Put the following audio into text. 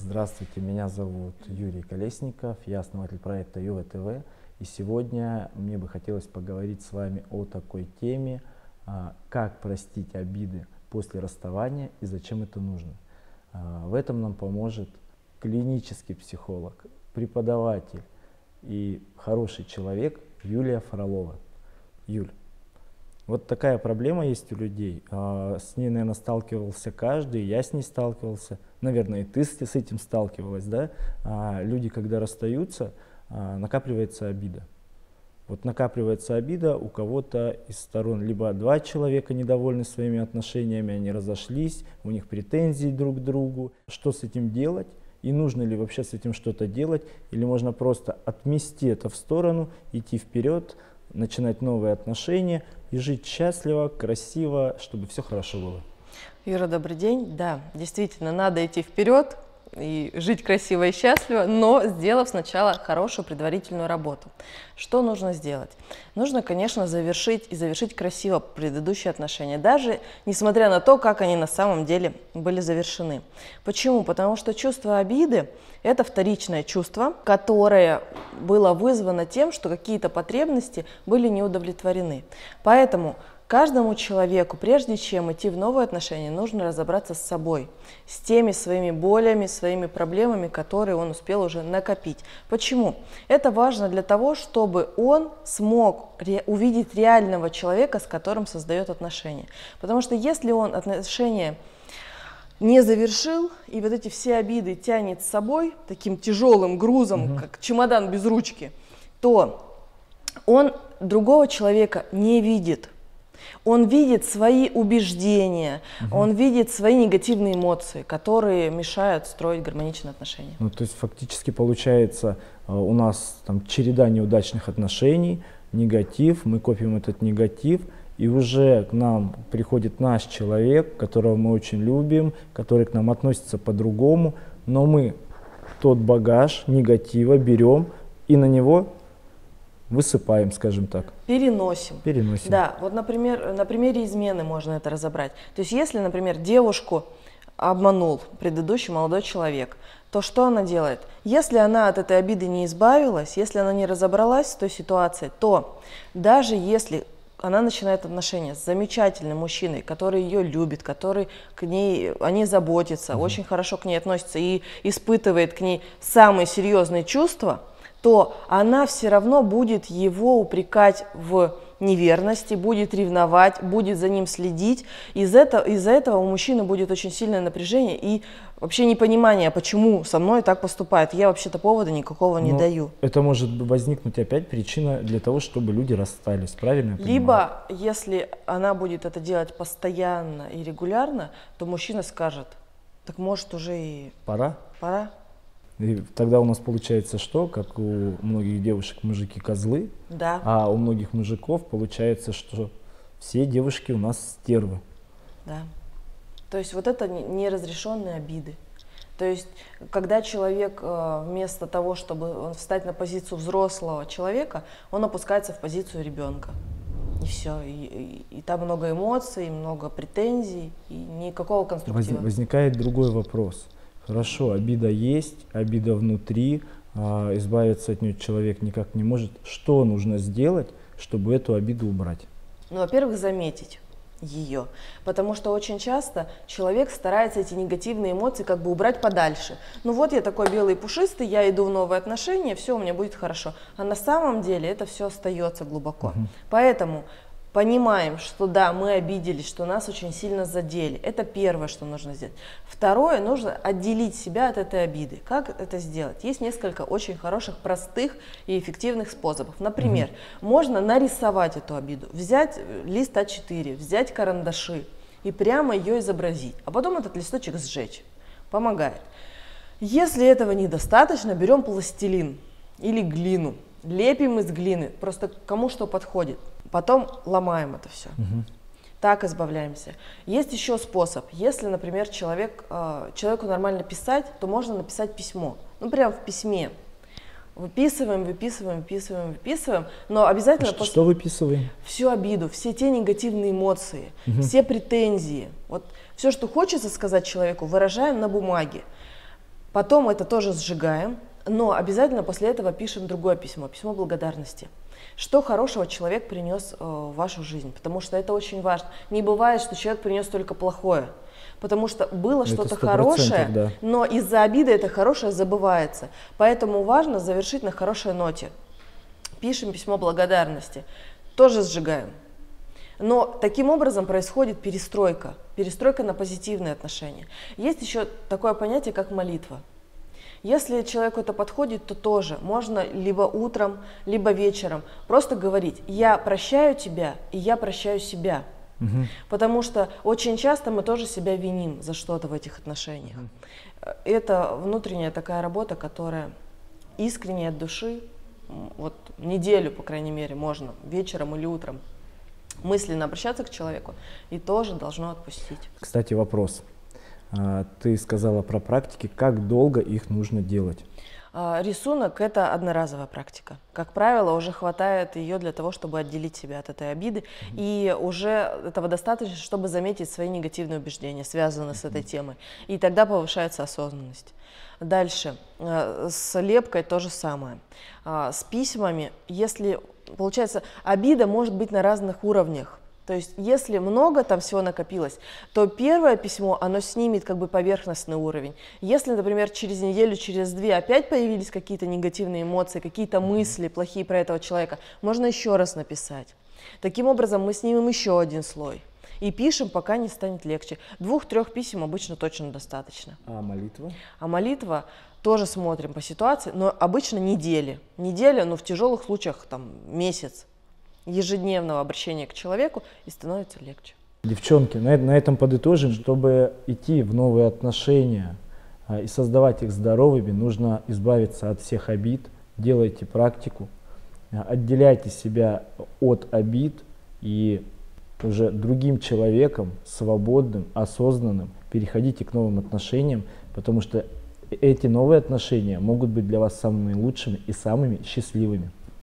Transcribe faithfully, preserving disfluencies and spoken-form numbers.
Здравствуйте, меня зовут Юрий Колесников, я основатель проекта Юва ТВ. И сегодня мне бы хотелось поговорить с вами о такой теме, как простить обиды после расставания и зачем это нужно. В этом нам поможет клинический психолог, преподаватель и хороший человек Юлия Фролова. Юль, вот такая проблема есть у людей. С ней, наверное, сталкивался каждый, я с ней сталкивался. Наверное, и ты с этим сталкивалась, да? Люди, когда расстаются, накапливается обида. Вот накапливается обида у кого-то из сторон. Либо два человека недовольны своими отношениями, они разошлись, у них претензии друг к другу. Что с этим делать? И нужно ли вообще с этим что-то делать? Или можно просто отмести это в сторону, идти вперед, начинать новые отношения и жить счастливо, красиво, чтобы все хорошо было? Юра, добрый день. Да, действительно, надо идти вперед и жить красиво и счастливо, но сделав сначала хорошую предварительную работу. Что нужно сделать? Нужно, конечно, завершить и завершить красиво предыдущие отношения, даже несмотря на то, как они на самом деле были завершены. Почему? Потому что чувство обиды – это вторичное чувство, которое было вызвано тем, что какие-то потребности были не удовлетворены. Поэтому каждому человеку, прежде чем идти в новые отношения, нужно разобраться с собой, с теми своими болями, своими проблемами, которые он успел уже накопить. Почему? Это важно для того, чтобы он смог ре- увидеть реального человека, с которым создает отношения. Потому что если он отношения не завершил, и вот эти все обиды тянет с собой таким тяжелым грузом, угу. как чемодан без ручки, то он другого человека не видит. Он видит свои убеждения, угу. он видит свои негативные эмоции, которые мешают строить гармоничные отношения. Ну, то есть фактически получается у нас там череда неудачных отношений, негатив, мы копим этот негатив, и уже к нам приходит наш человек, которого мы очень любим, который к нам относится по-другому, но мы тот багаж негатива берем и на него высыпаем, скажем так. Переносим. Переносим. Да, вот, например, на примере измены можно это разобрать. То есть, если, например, девушку обманул предыдущий молодой человек, то что она делает? Если она от этой обиды не избавилась, если она не разобралась с той ситуацией, то даже если она начинает отношения с замечательным мужчиной, который ее любит, который к ней, о ней заботится, угу. очень хорошо к ней относится и испытывает к ней самые серьезные чувства, то она все равно будет его упрекать в неверности, будет ревновать, будет за ним следить. Из этого, из-за этого у мужчины будет очень сильное напряжение и вообще непонимание, почему со мной так поступает. Я вообще-то повода никакого не Но даю. Это может возникнуть опять причина для того, чтобы люди расстались, правильно? Либо, если она будет это делать постоянно и регулярно, то мужчина скажет, так может уже и пора. Пора. И тогда у нас получается что? Как у многих девушек мужики козлы, да. а у многих мужиков получается, что все девушки у нас стервы. Да. То есть вот это неразрешенные обиды. То есть когда человек вместо того, чтобы встать на позицию взрослого человека, он опускается в позицию ребенка. И все. И, и, и там много эмоций, много претензий, и никакого конструктива. Возникает другой вопрос. Хорошо, обида есть, обида внутри, а избавиться от нее человек никак не может. Что нужно сделать, чтобы эту обиду убрать? Ну, во-первых, заметить ее, потому что очень часто человек старается эти негативные эмоции как бы убрать подальше. Ну вот я такой белый пушистый, я иду в новые отношения, все у меня будет хорошо. А на самом деле это все остается глубоко. Угу. Поэтому понимаем, что да, мы обиделись, что нас очень сильно задели. Это первое, что нужно сделать. Второе, нужно отделить себя от этой обиды. Как это сделать? Есть несколько очень хороших, простых и эффективных способов. Например, mm-hmm. можно нарисовать эту обиду, взять лист а четыре, взять карандаши и прямо ее изобразить, а потом этот листочек сжечь. Помогает. Если этого недостаточно, берем пластилин или глину, лепим из глины, просто кому что подходит. Потом ломаем это все. Угу. Так избавляемся. Есть еще способ. Если, например, человек, человеку нормально писать, то можно написать письмо. Ну, прям в письме. Выписываем, выписываем, выписываем, выписываем. Но обязательно... А после... Что выписываем? Всю обиду, все те негативные эмоции, угу. все претензии. Вот все, что хочется сказать человеку, выражаем на бумаге. Потом это тоже сжигаем, но обязательно после этого пишем другое письмо, письмо благодарности. Что хорошего человек принес э, в вашу жизнь, потому что это очень важно. Не бывает, что человек принес только плохое, потому что было что-то хорошее, да. но из-за обиды это хорошее забывается. Поэтому важно завершить на хорошей ноте. Пишем письмо благодарности, тоже сжигаем. Но таким образом происходит перестройка, перестройка на позитивные отношения. Есть еще такое понятие, как молитва. Если человеку это подходит, то тоже можно либо утром, либо вечером просто говорить: я прощаю тебя, и я прощаю себя. Угу. Потому что очень часто мы тоже себя виним за что-то в этих отношениях. Угу. Это внутренняя такая работа, которая искренне от души, вот неделю, по крайней мере, можно вечером или утром мысленно обращаться к человеку, и тоже должно отпустить. Кстати, вопрос. Ты сказала про практики, как долго их нужно делать? Рисунок – это одноразовая практика. Как правило, уже хватает ее для того, чтобы отделить себя от этой обиды, mm-hmm. и уже этого достаточно, чтобы заметить свои негативные убеждения, связанные mm-hmm. с этой темой, и тогда повышается осознанность. Дальше, с лепкой то же самое. С письмами, если, получается, обида может быть на разных уровнях. То есть, если много там всего накопилось, то первое письмо, оно снимет как бы поверхностный уровень. Если, например, через неделю, через две опять появились какие-то негативные эмоции, какие-то мысли плохие про этого человека, можно еще раз написать. Таким образом, мы снимем еще один слой. И пишем, пока не станет легче. Двух-трех писем обычно точно достаточно. А молитва? А молитва тоже смотрим по ситуации, но обычно недели. Неделя, но в тяжелых случаях там месяц ежедневного обращения к человеку, и становится легче. Девчонки, на, на этом подытожим, чтобы идти в новые отношения а, и создавать их здоровыми, нужно избавиться от всех обид, делайте практику, а, отделяйте себя от обид и уже другим человеком, свободным, осознанным, переходите к новым отношениям, потому что эти новые отношения могут быть для вас самыми лучшими и самыми счастливыми.